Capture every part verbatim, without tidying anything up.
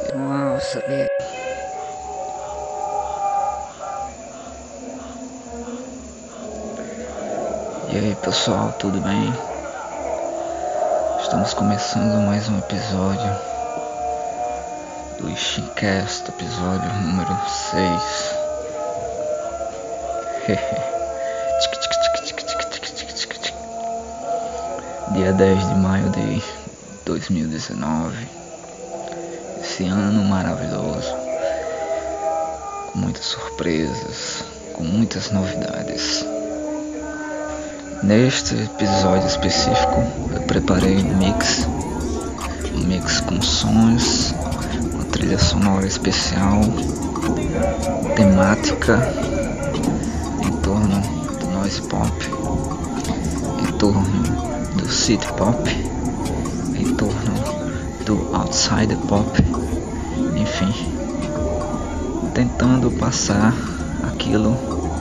Nossa, velho. E aí, pessoal, tudo bem? Estamos começando mais um episódio do Steamcast, episódio número seis. Dia dez de maio de dois mil e dezenove. Esse ano maravilhoso, com muitas surpresas, com muitas novidades. Neste episódio específico eu preparei um mix, um mix com sons, uma trilha sonora especial, temática em torno do noise pop, em torno do city pop, em torno do outside pop, enfim, tentando passar aquilo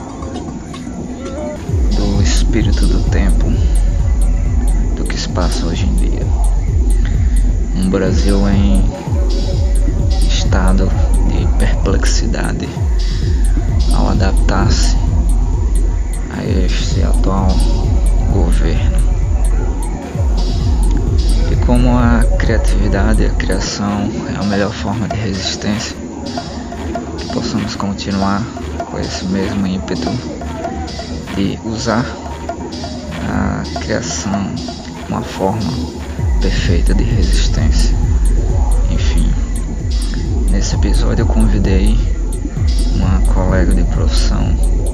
do espírito do tempo, do que se passa hoje em dia. Um Brasil em estado de perplexidade ao adaptar-se a este atual governo. E como a criatividade e a criação é a melhor forma de resistência, que possamos continuar com esse mesmo ímpeto de usar a criação uma forma perfeita de resistência. Enfim, nesse episódio eu convidei uma colega de profissão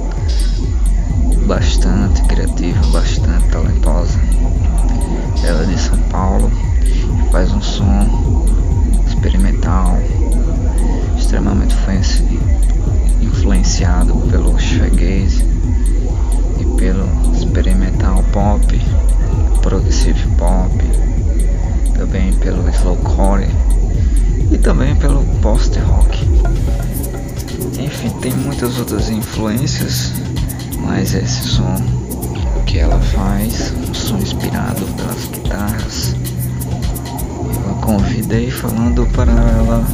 bastante criativa, bastante talentosa. Ela é de São Paulo, faz um som experimental, extremamente influenciado pelo shoegaze e pelo experimental pop, progressive pop, também pelo slowcore e também pelo post-rock. Enfim, tem muitas outras influências, mas esse som que ela faz, um som inspirado pelas guitarras, eu a convidei falando para ela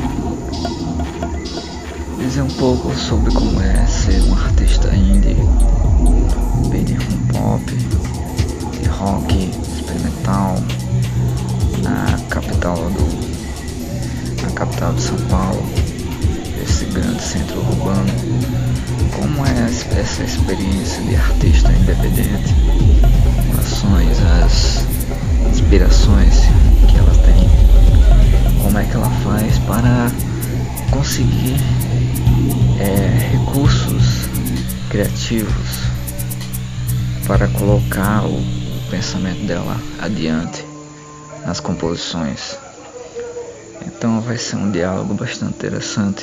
dizer um pouco sobre como é ser um artista indie, bem de hip hop, de rock experimental, na capital do, na capital de São Paulo, esse grande centro urbano. Como é essa experiência de artista independente, quais são as inspirações que ela tem, como é que ela faz para conseguir é, recursos criativos para colocar o pensamento dela adiante nas composições. Então vai ser um diálogo bastante interessante.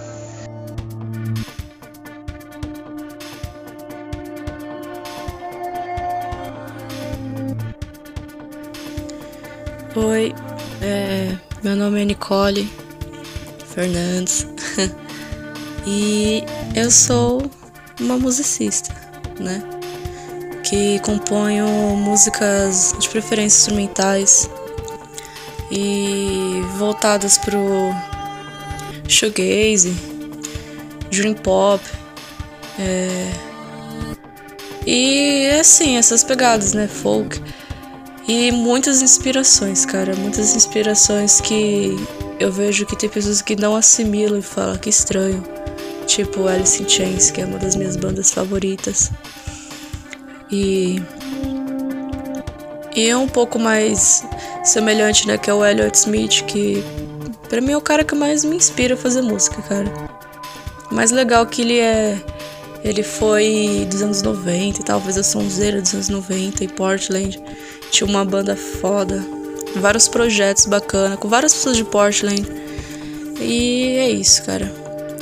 Oi, é, meu nome é Nicole Fernandes e eu sou uma musicista, né? Que componho músicas de preferência instrumentais e voltadas pro shoegaze, dream pop, é, e assim, essas pegadas, né? Folk. E muitas inspirações, cara, muitas inspirações que eu vejo que tem pessoas que não assimilam e falam que estranho. Tipo Alice in Chains, que é uma das minhas bandas favoritas. E, e é um pouco mais semelhante, né, que é o Elliott Smith, que pra mim é o cara que mais me inspira a fazer música, cara. O mais legal que ele é... Ele foi dos anos noventa e talvez a sonzeira dos anos noventa em Portland. Tinha uma banda foda, vários projetos bacanas, com várias pessoas de Portland. E é isso, cara.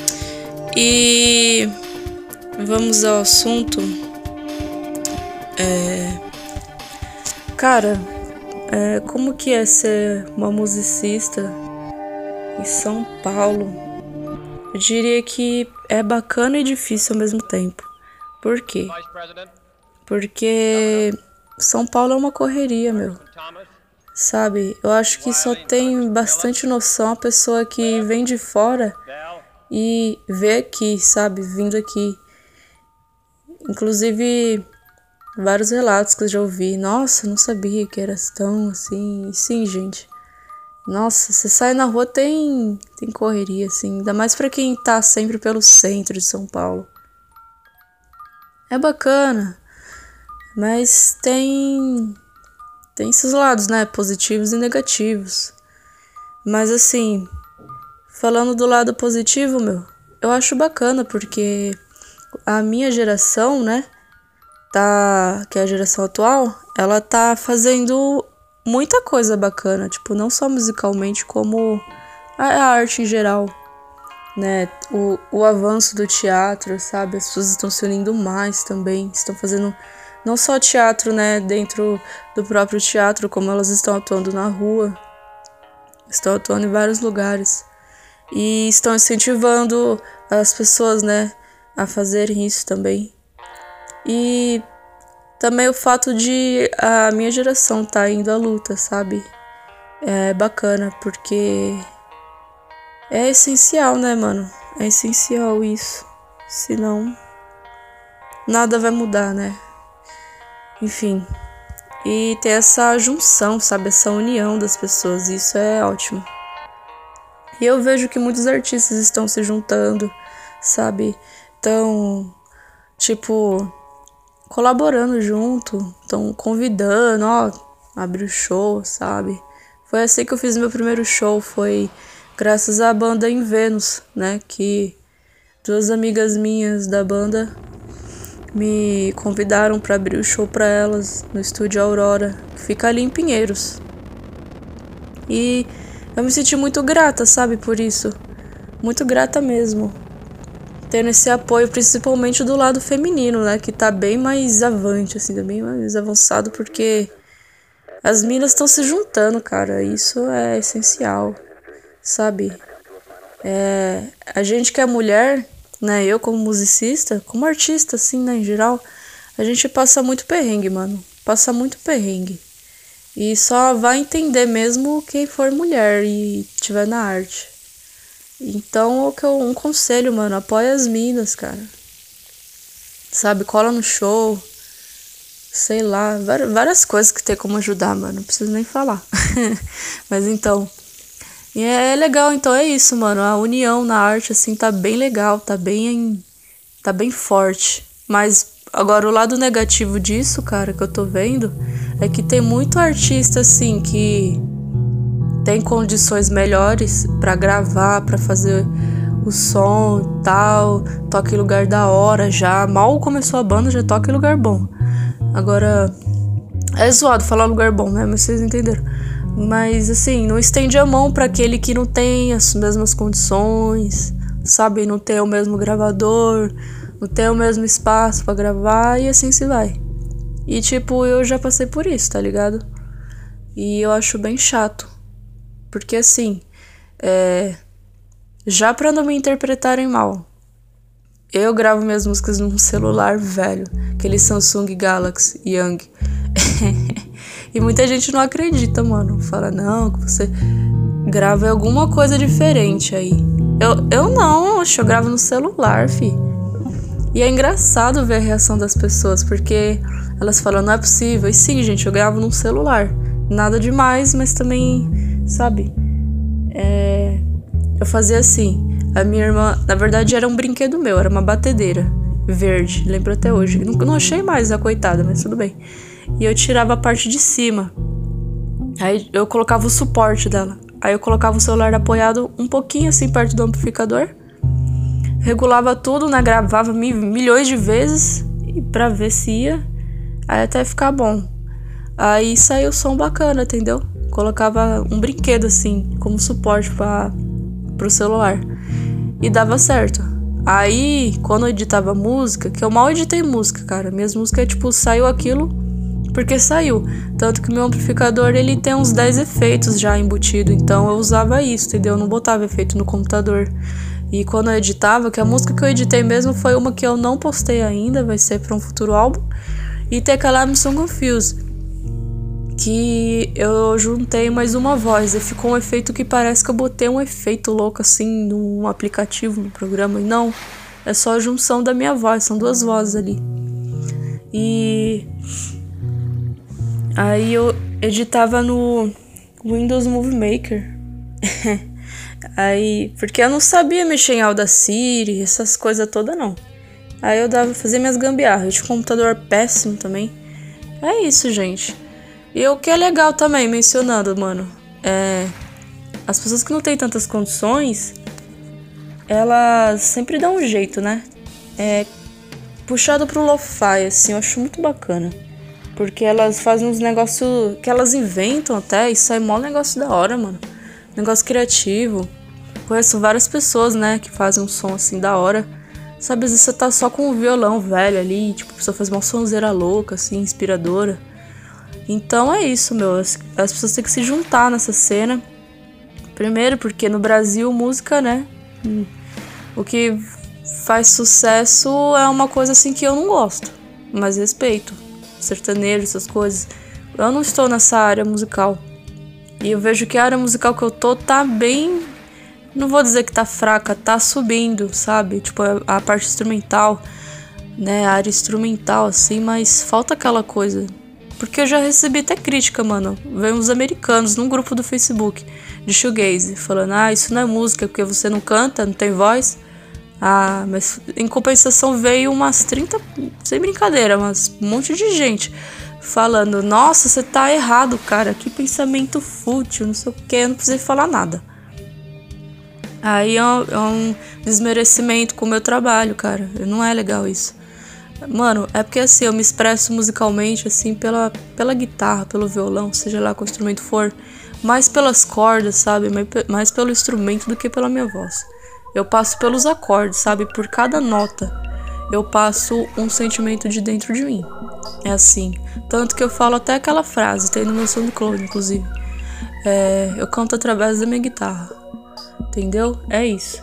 E vamos ao assunto. É... Cara, é... como que é ser uma musicista em São Paulo? Eu diria que é bacana e difícil ao mesmo tempo. Por quê? Porque São Paulo é uma correria, meu. sabe? Eu acho que só tem bastante noção a pessoa que vem de fora e vê aqui, sabe? Vindo aqui. Inclusive, vários relatos que eu já ouvi. Nossa, não sabia que era tão assim. Sim, gente. Nossa, você sai na rua, tem, tem correria, assim. Ainda mais pra quem tá sempre pelo centro de São Paulo. É bacana, mas tem... Tem esses lados, né? Positivos e negativos. Mas assim, falando do lado positivo, meu, eu acho bacana, porque a minha geração, né? Tá, que é a geração atual, ela tá fazendo muita coisa bacana, tipo, não só musicalmente, como a, a arte em geral, né? O, o avanço do teatro, sabe? As pessoas estão se unindo mais também, estão fazendo não só teatro, né, dentro do próprio teatro, como elas estão atuando na rua, estão atuando em vários lugares e estão incentivando as pessoas, né, a fazerem isso também. E também o fato de a minha geração tá indo à luta, sabe? É bacana, porque é essencial, né, mano? É essencial isso. Senão, nada vai mudar, né? Enfim. E ter essa junção, sabe? Essa união das pessoas. Isso é ótimo. E eu vejo que muitos artistas estão se juntando, sabe? Estão, tipo, colaborando junto, estão convidando, ó, abrir o show, sabe? Foi assim que eu fiz meu primeiro show, foi graças à banda Em Vênus, né? Que duas amigas minhas da banda me convidaram para abrir o show para elas no estúdio Aurora, que fica ali em Pinheiros. E eu me senti muito grata, sabe, por isso. Muito grata mesmo. Tendo esse apoio, principalmente do lado feminino, né? Que tá bem mais avante, assim, tá bem mais avançado, porque as minas estão se juntando, cara. Isso é essencial, sabe? É, a gente que é mulher, né? Eu como musicista, como artista, assim, né? Em geral, a gente passa muito perrengue, mano. Passa muito perrengue. E só vai entender mesmo quem for mulher e tiver na arte. Então, um conselho, mano, apoia as minas, cara. Sabe, cola no show. Sei lá, várias coisas que tem como ajudar, mano. Não preciso nem falar. Mas então, e é legal, então é isso, mano. A união na arte, assim, tá bem legal, tá bem, tá bem forte. Mas agora o lado negativo disso, cara, que eu tô vendo, é que tem muito artista, assim, que tem condições melhores pra gravar, pra fazer o som e tal, toca em lugar da hora já. Mal começou a banda, já toca em lugar bom. Agora, é zoado falar lugar bom, né? Mas vocês entenderam. Mas, assim, não estende a mão pra aquele que não tem as mesmas condições, sabe? Não tem o mesmo gravador, não tem o mesmo espaço pra gravar e assim se vai. E, tipo, eu já passei por isso, tá ligado? E eu acho bem chato. Porque, assim, é... já pra não me interpretarem mal, eu gravo minhas músicas num celular velho, aquele Samsung Galaxy Young. E muita gente não acredita, mano. Fala, não, que você grava alguma coisa diferente aí. Eu, eu não, eu gravo no celular, fi. E é engraçado ver a reação das pessoas, porque elas falam, não é possível. E sim, gente, eu gravo num celular. Nada demais, mas também, sabe? É... Eu fazia assim. A minha irmã, na verdade, era um brinquedo meu, era uma batedeira verde, lembro até hoje. Não, não achei mais a coitada, mas tudo bem. E eu tirava a parte de cima. Aí eu colocava o suporte dela. Aí eu colocava o celular apoiado um pouquinho assim perto do amplificador. Regulava tudo, né? Gravava mi- milhões de vezes pra ver se ia. Aí até ficar bom. Aí saiu o som bacana, entendeu? Colocava um brinquedo assim, como suporte pra, pro celular. E dava certo. Aí, quando eu editava música, que eu mal editei música, cara. Minhas músicas, tipo, saiu aquilo porque saiu. Tanto que o meu amplificador, ele tem uns dez efeitos já embutido. Então eu usava isso, entendeu? Eu não botava efeito no computador. E quando eu editava, que a música que eu editei mesmo foi uma que eu não postei ainda, vai ser pra um futuro álbum. E tem aquela I'm So Confused. que eu juntei mais uma voz. E ficou um efeito que parece que eu botei um efeito louco assim num aplicativo, no programa. E não, é só a junção da minha voz, são duas vozes ali. E aí eu editava no Windows Movie Maker. Aí, porque eu não sabia mexer em Audacity, essas coisas todas não. Aí eu dava fazer minhas gambiarras. Eu tinha um computador péssimo também. É isso, gente. E o que é legal também, mencionando, mano, é... as pessoas que não têm tantas condições, elas sempre dão um jeito, né? É... Puxado pro lo-fi, assim, eu acho muito bacana. Porque elas fazem uns negócios que elas inventam até, e sai mó negócio da hora, mano. Negócio criativo. Conheço várias pessoas, né, que fazem um som assim da hora. Sabe, às vezes você tá só com um violão velho ali, tipo, a pessoa faz uma sonzeira louca, assim, inspiradora. Então é isso, meu. As, as pessoas têm que se juntar nessa cena. Primeiro, porque no Brasil, música, né? O que faz sucesso é uma coisa assim que eu não gosto, mas respeito. Sertanejo, essas coisas. Eu não estou nessa área musical. E eu vejo que a área musical que eu tô tá bem... Não vou dizer que tá fraca, tá subindo, sabe? Tipo, a, a parte instrumental, né? A área instrumental, assim, mas falta aquela coisa. Porque eu já recebi até crítica, mano. Veio uns americanos num grupo do Facebook de shoegaze, falando, ah, isso não é música porque você não canta, não tem voz. Ah, mas em compensação veio umas trinta, sem brincadeira, mas um monte de gente falando, nossa, você tá errado, cara, que pensamento fútil, não sei o que, eu não precisei falar nada. Aí é um, é um desmerecimento com o meu trabalho, cara, não é legal isso. Mano, é porque assim, eu me expresso musicalmente, assim, pela, pela guitarra, pelo violão, seja lá qual instrumento for, mais pelas cordas, sabe, mais, mais pelo instrumento do que pela minha voz. Eu passo pelos acordes, sabe, por cada nota eu passo um sentimento de dentro de mim. É assim, tanto que eu falo até aquela frase, tem no meu SoundCloud, inclusive. É, eu canto através da minha guitarra, entendeu? É isso.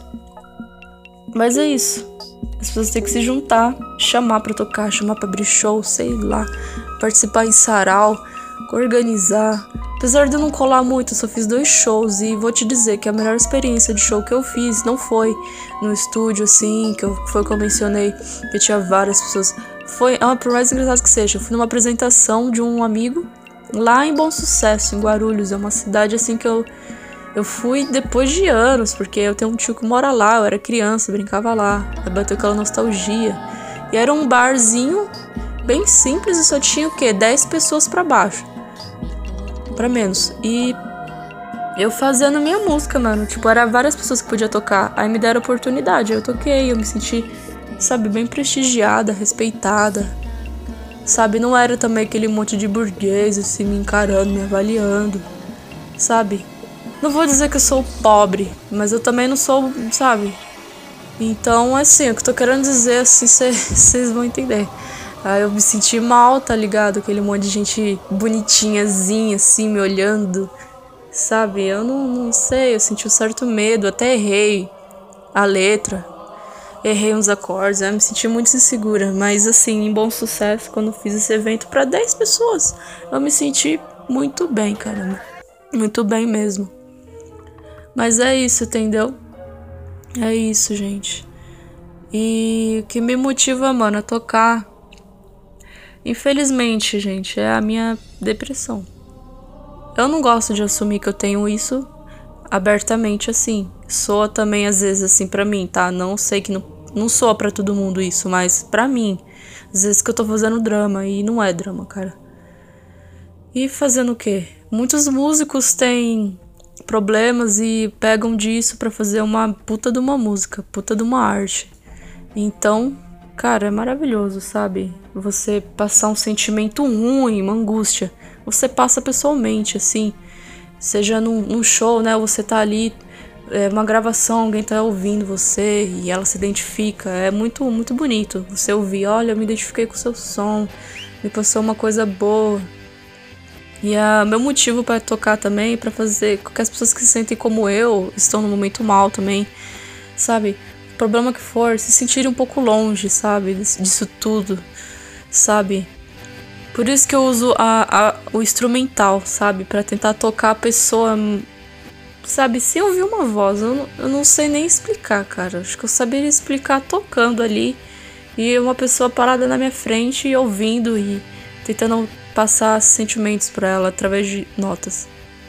Mas é isso. As pessoas têm que se juntar, chamar pra tocar, chamar pra abrir show, sei lá, participar em sarau, organizar. Apesar de eu não colar muito, eu só fiz dois shows e vou te dizer que a melhor experiência de show que eu fiz não foi no estúdio, assim, que eu, foi o que eu mencionei, que tinha várias pessoas. Foi, ah, por mais engraçado que seja, eu fui numa apresentação de um amigo lá em Bom Sucesso, em Guarulhos. É uma cidade, assim, que eu... Eu fui depois de anos, porque eu tenho um tio que mora lá, eu era criança, brincava lá, bateu aquela nostalgia. E era um barzinho bem simples e só tinha o quê? dez pessoas pra baixo. Pra menos. E eu fazendo minha música, mano. Tipo, era várias pessoas que podiam tocar. Aí me deram oportunidade, eu toquei, eu me senti, sabe, bem prestigiada, respeitada. Sabe, não era também aquele monte de burguês, assim, me encarando, me avaliando. Sabe? Não vou dizer que eu sou pobre, mas eu também não sou, sabe? Então, assim, o que eu tô querendo dizer, assim, vocês vão entender. Aí eu me senti mal, tá ligado? Aquele monte de gente bonitinhazinha, assim, me olhando, sabe? Eu não, não sei, eu senti um certo medo, até errei a letra, errei uns acordes, eu me senti muito insegura. Mas, assim, em Bom Sucesso, quando eu fiz esse evento pra dez pessoas, eu me senti muito bem, caramba. Muito bem mesmo. Mas é isso, entendeu? É isso, gente. E o que me motiva, mano, a tocar, infelizmente, gente, é a minha depressão. Eu não gosto de assumir que eu tenho isso abertamente, assim. Soa também, às vezes, assim, pra mim, tá? Não sei que não, não soa pra todo mundo isso, mas pra mim, às vezes que eu tô fazendo drama, e não é drama, cara. E fazendo o quê? Muitos músicos têm problemas e pegam disso pra fazer uma puta de uma música, puta de uma arte. Então, cara, é maravilhoso, sabe? Você passar um sentimento ruim, uma angústia, você passa pessoalmente, assim. Seja num, num show, né? Você tá ali, é uma gravação, alguém tá ouvindo você e ela se identifica. É muito, muito bonito você ouvir, olha, eu me identifiquei com o seu som, me passou uma coisa boa. E é meu motivo para tocar também, para fazer com que as pessoas que se sentem como eu, estão no momento mal também, sabe? O problema que for, se sentirem um pouco longe, sabe? Disso tudo, sabe? Por isso que eu uso a, a, o instrumental, sabe? Pra tentar tocar a pessoa, sabe? Sem ouvir uma voz. Eu não, eu não sei nem explicar, cara. Acho que eu saberia explicar tocando ali. E uma pessoa parada na minha frente e ouvindo e tentando passar sentimentos pra ela através de notas.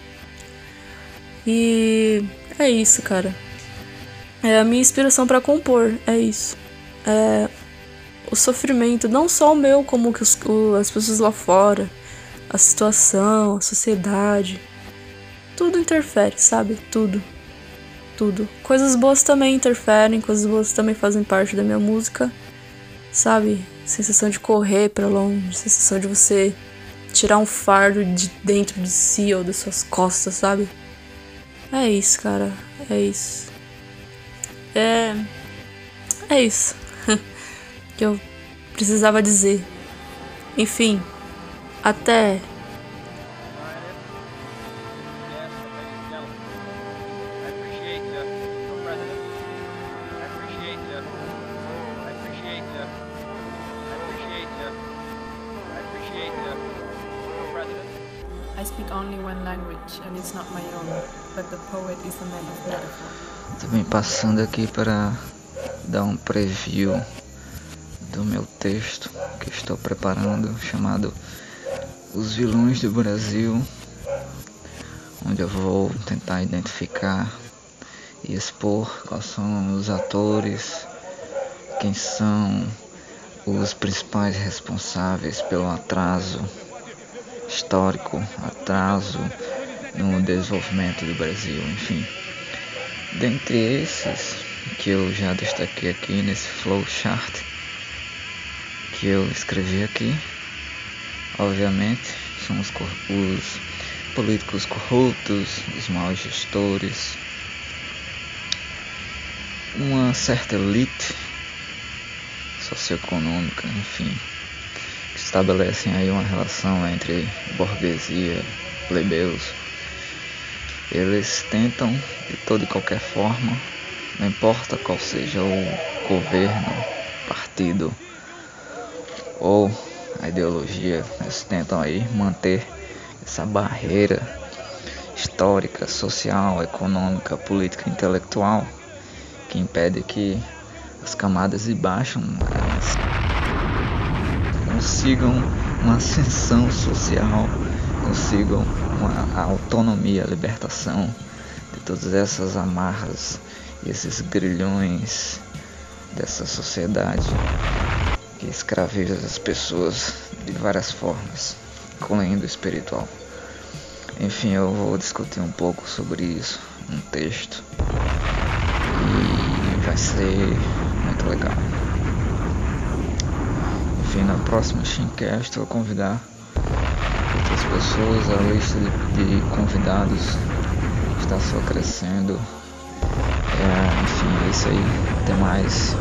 E é isso, cara. É a minha inspiração pra compor, é isso. É o sofrimento, não só o meu, como que os, o, as pessoas lá fora, a situação, a sociedade. Tudo interfere, sabe? Tudo. Tudo. Coisas boas também interferem, coisas boas também fazem parte da minha música, sabe? Sensação de correr pra longe, sensação de você tirar um fardo de dentro de si ou das suas costas, sabe? É isso, cara. É isso. É. É isso. Que eu precisava dizer. Enfim. Até. I speak only one language and it's not my own, but the poet is a man of metaphor. Também passando aqui para dar um preview do meu texto que estou preparando, chamado Os Vilões do Brasil, onde eu vou tentar identificar e expor quais são os atores, quem são os principais responsáveis pelo atraso histórico, atraso no desenvolvimento do Brasil, enfim. Dentre esses que eu já destaquei aqui nesse flowchart que eu escrevi aqui, obviamente, são os, os políticos corruptos, os maus gestores, uma certa elite socioeconômica, enfim, que estabelecem aí uma relação entre burguesia e plebeus. Eles tentam, de toda e qualquer forma, não importa qual seja o governo, partido ou a ideologia, eles tentam aí manter essa barreira histórica, social, econômica, política, intelectual que impede que as camadas de baixo consigam uma ascensão social, consigam uma autonomia, a libertação de todas essas amarras e esses grilhões dessa sociedade que escraviza as pessoas de várias formas, incluindo o espiritual. Enfim, eu vou discutir um pouco sobre isso num texto e vai ser muito legal. Enfim, na próxima Shincast eu vou convidar outras pessoas, a lista de, de convidados está só crescendo. É, enfim, é isso aí. Até mais.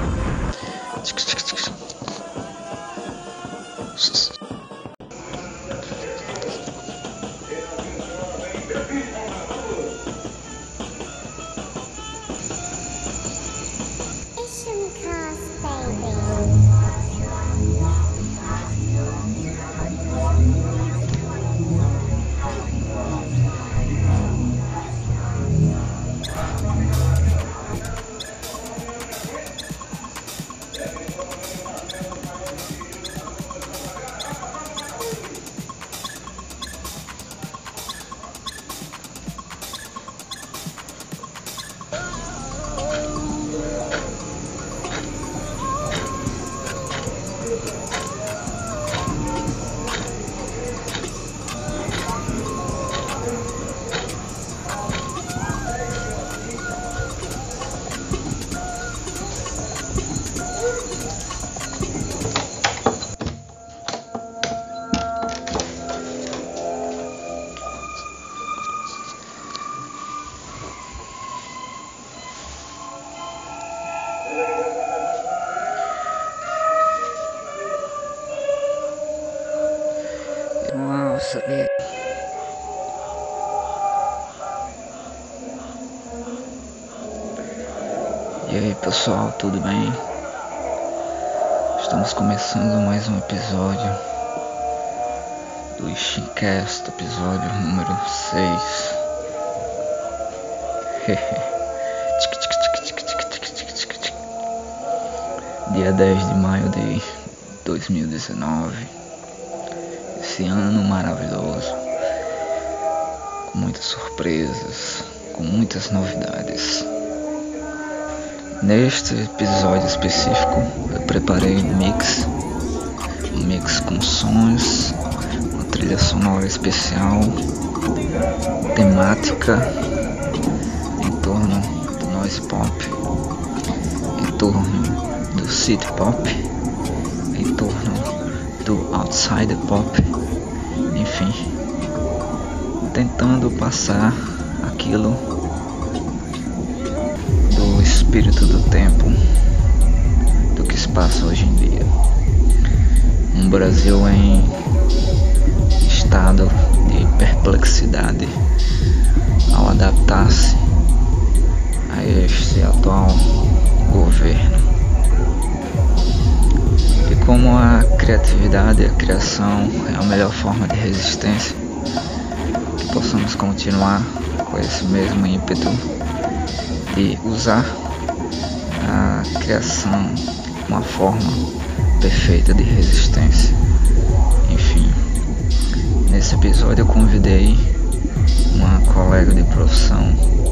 Nossa, e... e aí pessoal, tudo bem? Estamos começando mais um episódio do Ishincast, episódio número seis. Dia dez de maio de dois mil e dezenove. Esse ano maravilhoso, com muitas surpresas, com muitas novidades. Neste episódio específico eu preparei um mix, um mix com sons, uma trilha sonora especial, temática em torno do noise pop, em torno do city pop, em torno do outsider pop, enfim, tentando passar aquilo do espírito do tempo, do que se passa hoje em dia. Um Brasil em estado de perplexidade ao adaptar-se a este atual governo. E como a criatividade e a criação é a melhor forma de resistência, que possamos continuar com esse mesmo ímpeto de usar a criação uma forma perfeita de resistência. Enfim, nesse episódio eu convidei uma colega de profissão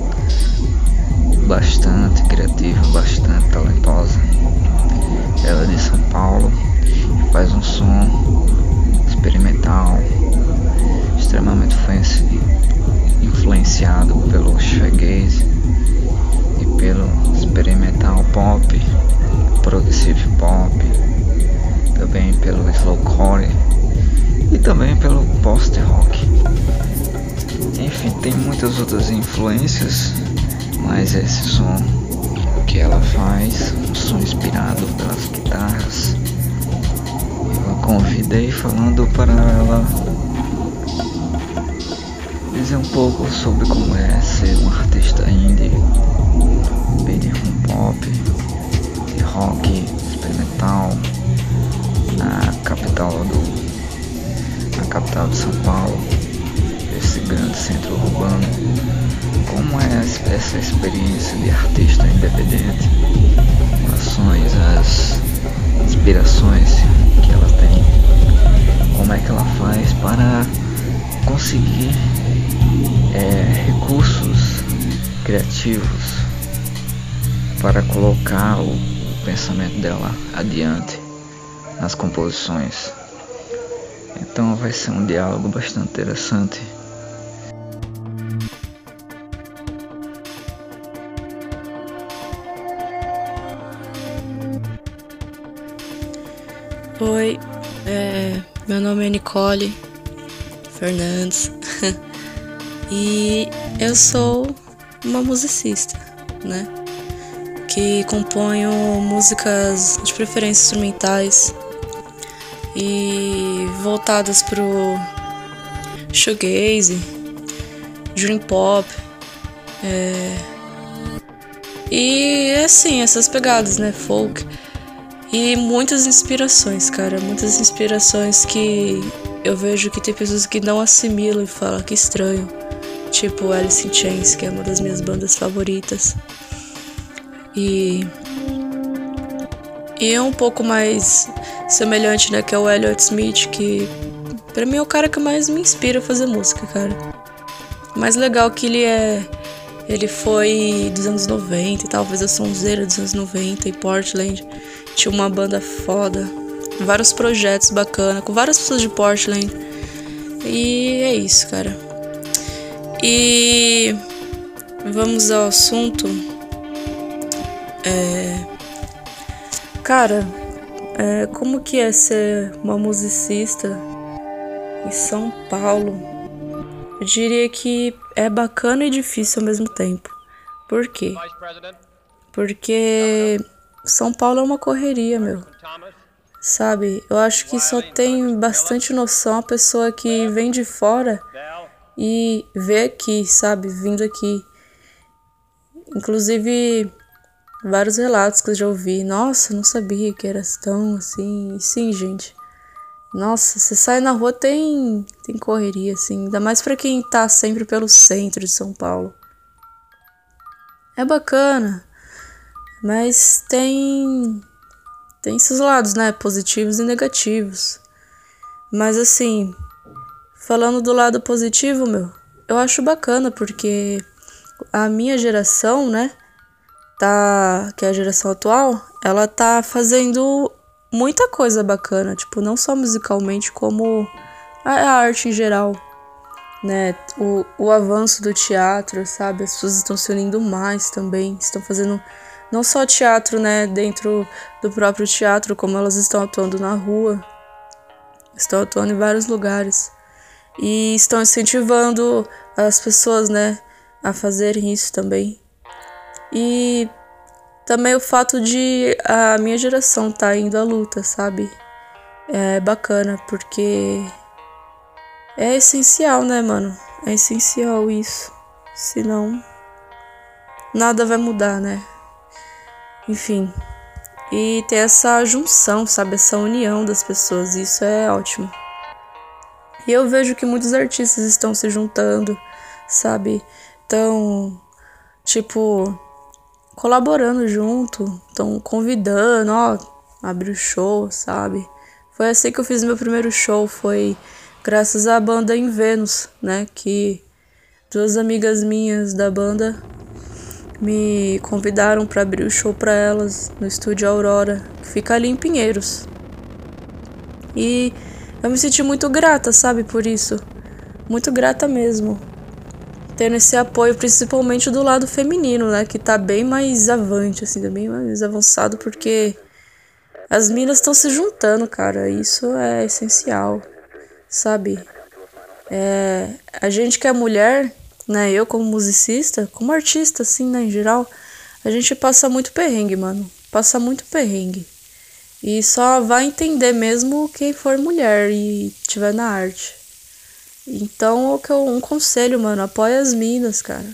bastante criativa, bastante talentosa. Ela é de São Paulo, faz um som experimental, extremamente influenciado pelo shoegaze e pelo experimental pop, progressive pop, também pelo slowcore e também pelo post-rock. Enfim, tem muitas outras influências, mas esse som que ela faz, um som inspirado pelas guitarras, eu a convidei falando para ela dizer um pouco sobre como é ser um artista indie, indie pop, de rock experimental na capital do na capital de São Paulo, esse grande centro urbano. Como é essa experiência de artista independente, quais são as inspirações que ela tem, como é que ela faz para conseguir é, recursos criativos para colocar o, o pensamento dela adiante nas composições. Então vai ser um diálogo bastante interessante. Oi, é, meu nome é Nicole Fernandes e eu sou uma musicista, né? Que componho músicas de preferência instrumentais e voltadas pro shoegaze, dream pop, é, e assim, essas pegadas, né? Folk. E muitas inspirações, cara, muitas inspirações que eu vejo que tem pessoas que não assimilam e falam que estranho. Tipo Alice in Chains, que é uma das minhas bandas favoritas. E, e é um pouco mais semelhante, né, que é o Elliott Smith, que pra mim é o cara que mais me inspira a fazer música, cara. O mais legal que ele é... Ele foi dos anos noventa e tal, fez a sonzeira dos anos noventa em Portland. Tinha uma banda foda, vários projetos bacana, com várias pessoas de Portland. E é isso, cara. E vamos ao assunto. É... Cara, é... como que é ser uma musicista em São Paulo? Eu diria que é bacana e difícil ao mesmo tempo. Por quê? Porque São Paulo é uma correria, meu. Sabe? Eu acho que só tem bastante noção a pessoa que vem de fora e vê aqui, sabe? Vindo aqui. Inclusive, vários relatos que eu já ouvi. Nossa, não sabia que era tão assim. E sim, gente. Nossa, você sai na rua, tem, tem correria, assim. Ainda mais pra quem tá sempre pelo centro de São Paulo. É bacana, mas tem, tem esses lados, né? Positivos e negativos. Mas assim, falando do lado positivo, meu, eu acho bacana porque a minha geração, né? Tá, que é a geração atual, ela tá fazendo muita coisa bacana, tipo, não só musicalmente, como a, a arte em geral, né? O, o avanço do teatro, sabe? As pessoas estão se unindo mais também, estão fazendo não só teatro, né, dentro do próprio teatro, como elas estão atuando na rua, estão atuando em vários lugares e estão incentivando as pessoas, né, a fazerem isso também. E também o fato de a minha geração tá indo à luta, sabe? É bacana, porque é essencial, né, mano? É essencial isso. Senão, nada vai mudar, né? Enfim. E ter essa junção, sabe? Essa união das pessoas. Isso é ótimo. E eu vejo que muitos artistas estão se juntando, sabe? Estão, tipo, colaborando junto, estão convidando, ó, abrir o show, sabe? Foi assim que eu fiz meu primeiro show, foi graças à banda Em Vênus, né? Que duas amigas minhas da banda me convidaram para abrir o show para elas no estúdio Aurora, que fica ali em Pinheiros. E eu me senti muito grata, sabe, por isso. Muito grata mesmo. Tendo esse apoio, principalmente do lado feminino, né? Que tá bem mais avante, assim, tá bem mais avançado, porque as minas estão se juntando, cara. Isso é essencial, sabe? É, a gente que é mulher, né? Eu como musicista, como artista, assim, né? Em geral, a gente passa muito perrengue, mano. Passa muito perrengue. E só vai entender mesmo quem for mulher e tiver na arte. Então, um conselho, mano, apoia as minas, cara.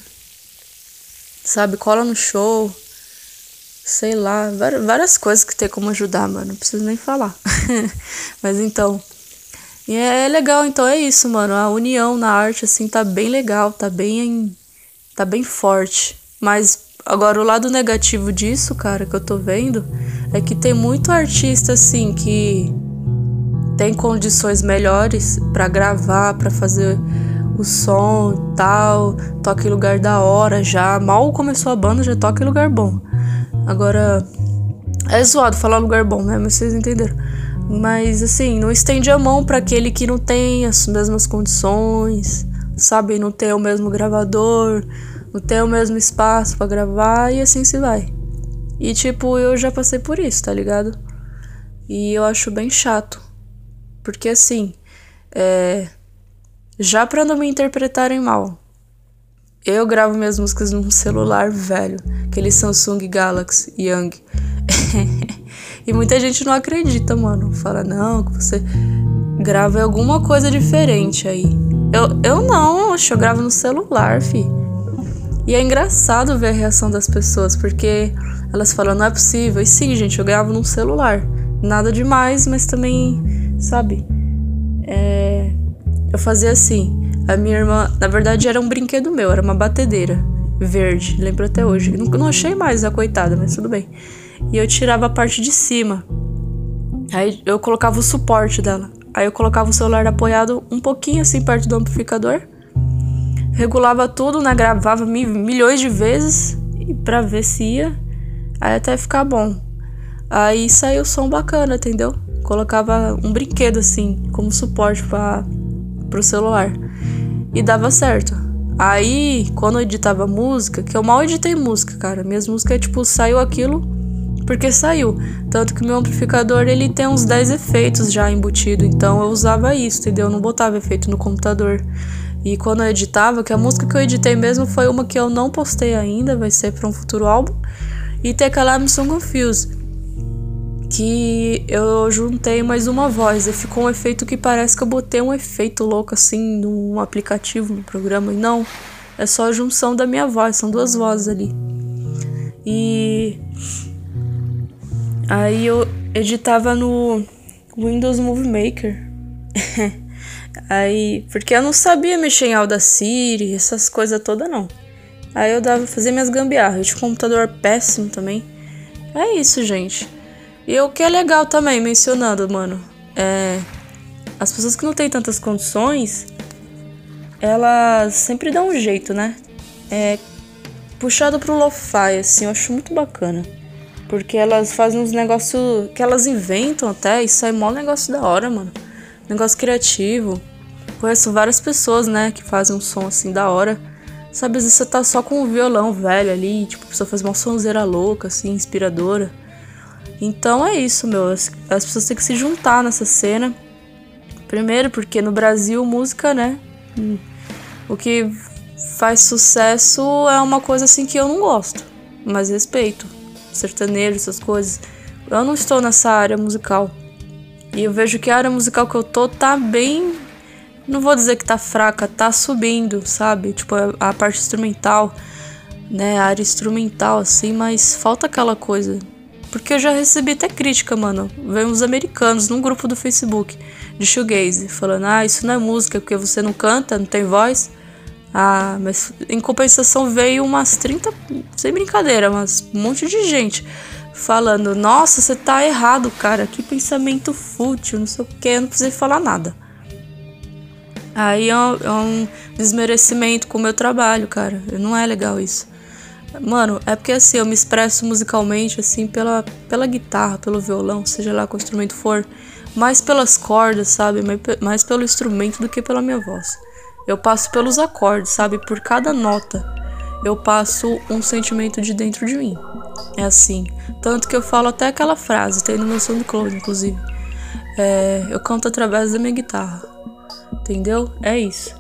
Sabe, cola no show. Sei lá, várias coisas que tem como ajudar, mano. Não preciso nem falar. Mas então, e é legal, então é isso, mano. A união na arte, assim, tá bem legal, tá bem, tá bem forte. Mas agora o lado negativo disso, cara, que eu tô vendo, é que tem muito artista, assim, que tem condições melhores pra gravar, pra fazer o som e tal, toca em lugar da hora já. Mal começou a banda, já toca em lugar bom. Agora, é zoado falar lugar bom, né? Mas vocês entenderam. Mas, assim, não estende a mão pra aquele que não tem as mesmas condições, sabe? Não tem o mesmo gravador, não tem o mesmo espaço pra gravar e assim se vai. E, tipo, eu já passei por isso, tá ligado? E eu acho bem chato. Porque, assim, é... já pra não me interpretarem mal, eu gravo minhas músicas num celular velho, aquele Samsung Galaxy Young. E muita gente não acredita, mano. Fala, não, que você grava alguma coisa diferente aí. Eu, eu não, eu gravo no celular, fi. E é engraçado ver a reação das pessoas, porque elas falam, não é possível. E sim, gente, eu gravo num celular. Nada demais, mas também, sabe? É... Eu fazia assim. A minha irmã, na verdade, era um brinquedo meu, era uma batedeira verde, lembro até hoje. Não, não achei mais a coitada, mas tudo bem. E eu tirava a parte de cima. Aí eu colocava o suporte dela. Aí eu colocava o celular apoiado um pouquinho assim perto do amplificador. Regulava tudo, né? Gravava mi- milhões de vezes pra ver se ia. Aí até ficar bom. Aí saiu o som bacana, entendeu? Colocava um brinquedo assim, como suporte pra, pro celular. E dava certo. Aí, quando eu editava música, que eu mal editei música, cara. Minhas músicas, tipo, saiu aquilo porque saiu. Tanto que o meu amplificador, ele tem uns dez efeitos já embutido. Então eu usava isso, entendeu? Eu não botava efeito no computador. E quando eu editava, que a música que eu editei mesmo foi uma que eu não postei ainda, vai ser para um futuro álbum. E tem aquela I'm So Confused, que eu juntei mais uma voz. E ficou um efeito que parece que eu botei um efeito louco assim num aplicativo, no programa. E não, é só a junção da minha voz, são duas vozes ali. E aí eu editava no Windows Movie Maker. Aí, porque eu não sabia mexer em Audacity, essas coisas todas não. Aí eu dava fazer minhas gambiarras. Eu tinha um computador péssimo também. É isso, gente. E o que é legal também, mencionando, mano, é... as pessoas que não têm tantas condições, elas sempre dão um jeito, né? É... puxado pro lo-fi, assim, eu acho muito bacana. Porque elas fazem uns negócios que elas inventam até, e sai mó negócio da hora, mano. Negócio criativo. Conheço várias pessoas, né, que fazem um som assim da hora. Sabe, às vezes você tá só com um violão velho ali, tipo, a pessoa faz uma sonzeira louca, assim, inspiradora. Então é isso, meu. As, as pessoas têm que se juntar nessa cena. Primeiro, porque no Brasil, música, né? O que faz sucesso é uma coisa assim que eu não gosto, mas respeito. Sertanejo, essas coisas. Eu não estou nessa área musical. E eu vejo que a área musical que eu tô tá bem... não vou dizer que tá fraca, tá subindo, sabe? Tipo, a, a parte instrumental, né? A área instrumental, assim, mas falta aquela coisa. Porque eu já recebi até crítica, mano. Veio uns americanos num grupo do Facebook de shoegaze, falando, ah, isso não é música porque você não canta, não tem voz. Ah, mas em compensação veio umas trinta, sem brincadeira, mas um monte de gente falando, nossa, você tá errado, cara, que pensamento fútil, não sei o que, eu não precisei falar nada. Aí é um, é um desmerecimento com o meu trabalho, cara, não é legal isso. Mano, é porque assim, eu me expresso musicalmente, assim, pela, pela guitarra, pelo violão, seja lá qual instrumento for, mais pelas cordas, sabe, mais, mais pelo instrumento do que pela minha voz. Eu passo pelos acordes, sabe, por cada nota eu passo um sentimento de dentro de mim. É assim, tanto que eu falo até aquela frase, tem no meu SoundCloud, inclusive. É, eu canto através da minha guitarra, entendeu? É isso.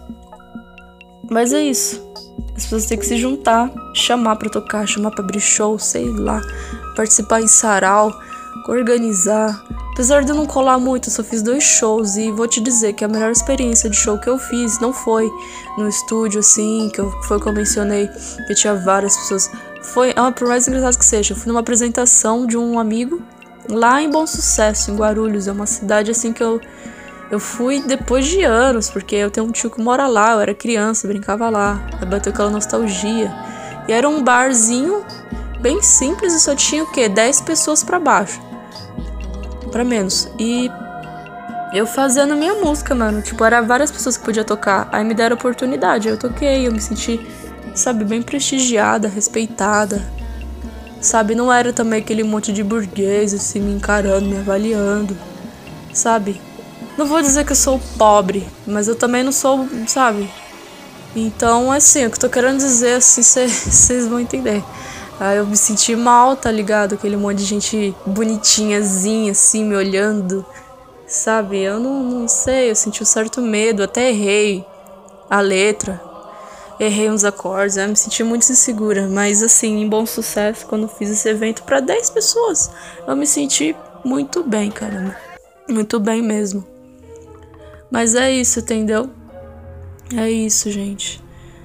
Mas é isso. As pessoas têm que se juntar, chamar pra tocar, chamar pra abrir show, sei lá, participar em sarau, organizar. Apesar de eu não colar muito, eu só fiz dois shows e vou te dizer que a melhor experiência de show que eu fiz não foi no estúdio, assim, que eu, foi o que eu mencionei, que tinha várias pessoas. Foi, é, por mais engraçado que seja, eu fui numa apresentação de um amigo lá em Bom Sucesso, em Guarulhos. É uma cidade, assim, que eu, eu fui depois de anos, porque eu tenho um tio que mora lá, eu era criança, brincava lá, aí bateu aquela nostalgia. E era um barzinho bem simples e só tinha o quê? dez pessoas pra baixo. Pra menos. E eu fazendo minha música, mano. Tipo, era várias pessoas que podia tocar. Aí me deram oportunidade. Eu toquei, eu me senti, sabe, bem prestigiada, respeitada. Sabe, não era também aquele monte de burguês, assim, me encarando, me avaliando. Sabe? Não vou dizer que eu sou pobre, mas eu também não sou, sabe? Então, assim, o que eu tô querendo dizer, assim, vocês vão entender. Aí eu me senti mal, tá ligado? Aquele monte de gente bonitinhazinha, assim, me olhando, sabe? Eu não, não sei, eu senti um certo medo, até errei a letra, errei uns acordes, eu me senti muito insegura. Mas, assim, em Bom Sucesso, quando eu fiz esse evento pra dez pessoas, eu me senti muito bem, caramba. Muito bem mesmo. Mas é isso, entendeu? É isso, gente.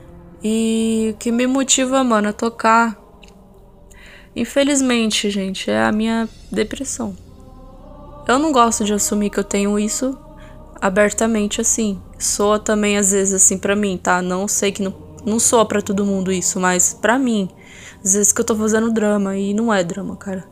E o que me motiva, mano, a tocar... infelizmente, gente, é a minha depressão. Eu não gosto de assumir que eu tenho isso abertamente, assim. Soa também, às vezes, assim, pra mim, tá? Não sei que não, não soa pra todo mundo isso, mas pra mim, às vezes que eu tô fazendo drama, e não é drama, cara.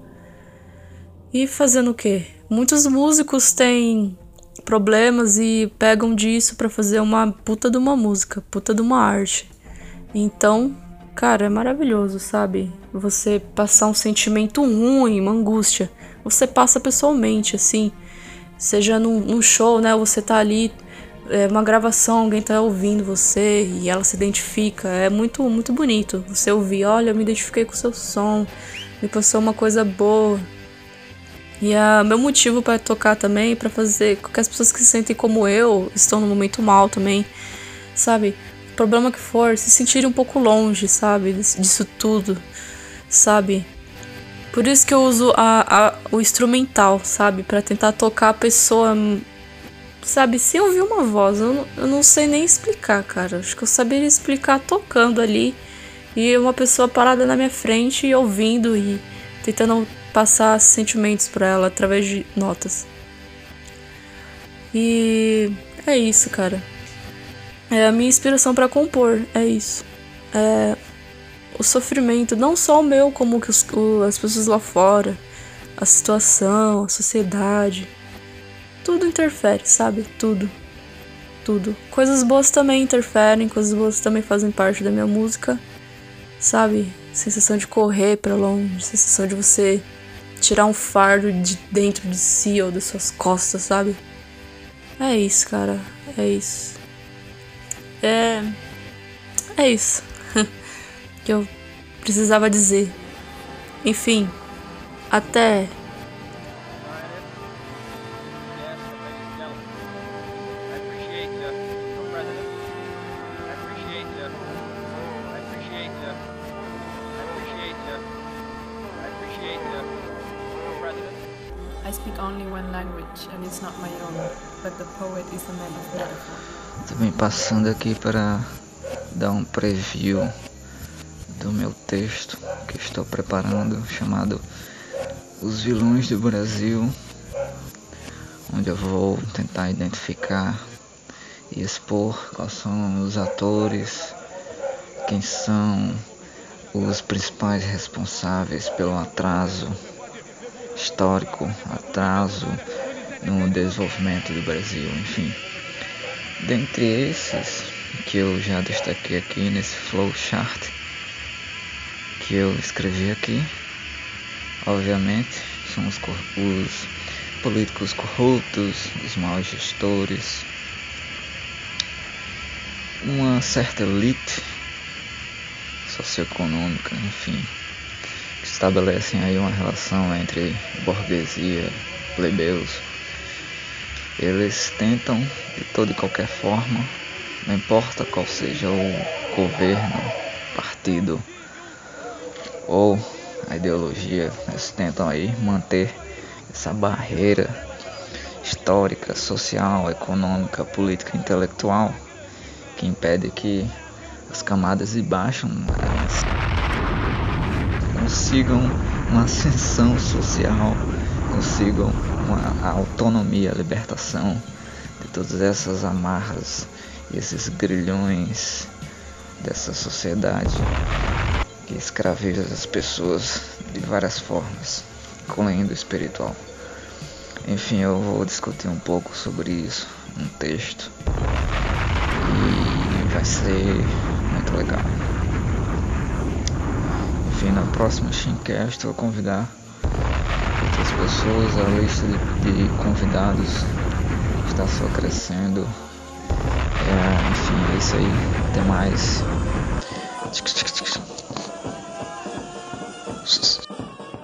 E fazendo o quê? Muitos músicos têm problemas e pegam disso pra fazer uma puta de uma música, puta de uma arte. Então... cara, é maravilhoso, sabe? Você passar um sentimento ruim, uma angústia. Você passa pessoalmente, assim. Seja num, num show, né? Você tá ali, é uma gravação, alguém tá ouvindo você e ela se identifica. É muito, muito bonito você ouvir. Olha, eu me identifiquei com o seu som. Me passou uma coisa boa. E é meu motivo pra tocar também, pra fazer com que as pessoas que se sentem como eu, estão no momento mal também, sabe? Problema que for, se sentirem um pouco longe, sabe, disso tudo, sabe, por isso que eu uso a, a, o instrumental, sabe, pra tentar tocar a pessoa, sabe, sem ouvir uma voz. Eu não, eu não sei nem explicar, cara, acho que eu saberia explicar tocando ali, e uma pessoa parada na minha frente e ouvindo e tentando passar sentimentos pra ela através de notas. E é isso, cara. É a minha inspiração pra compor, é isso. É o sofrimento, não só o meu, como que os, o, as pessoas lá fora, a situação, a sociedade, tudo interfere, sabe? Tudo. Tudo. Coisas boas também interferem, coisas boas também fazem parte da minha música, sabe? Sensação de correr pra longe, sensação de você tirar um fardo de dentro de si ou das suas costas, sabe? É isso, cara. É isso. É. É isso. Que eu precisava dizer. Enfim. Até. I speak only one language and it's not my own, but the poet is a man of metaphor. Também passando aqui para dar um preview do meu texto que estou preparando, chamado Os Vilões do Brasil, onde eu vou tentar identificar e expor quais são os atores, quem são os principais responsáveis pelo atraso histórico, atraso no desenvolvimento do Brasil, enfim. Dentre esses que eu já destaquei aqui nesse flowchart que eu escrevi aqui, obviamente, são os, os políticos corruptos, os maus gestores, uma certa elite socioeconômica, enfim, que estabelecem aí uma relação entre burguesia e plebeus. Eles tentam, de toda e qualquer forma, não importa qual seja o governo, partido ou a ideologia, eles tentam aí manter essa barreira histórica, social, econômica, política, intelectual que impede que as camadas de baixo consigam uma ascensão social, consigam uma autonomia, a libertação de todas essas amarras e esses grilhões dessa sociedade que escraviza as pessoas de várias formas, incluindo o espiritual. Enfim, eu vou discutir um pouco sobre isso num texto e vai ser muito legal. Enfim, na próxima Shincast eu vou convidar outras pessoas, a lista de, de convidados está só crescendo. É, enfim, é isso aí. Até mais.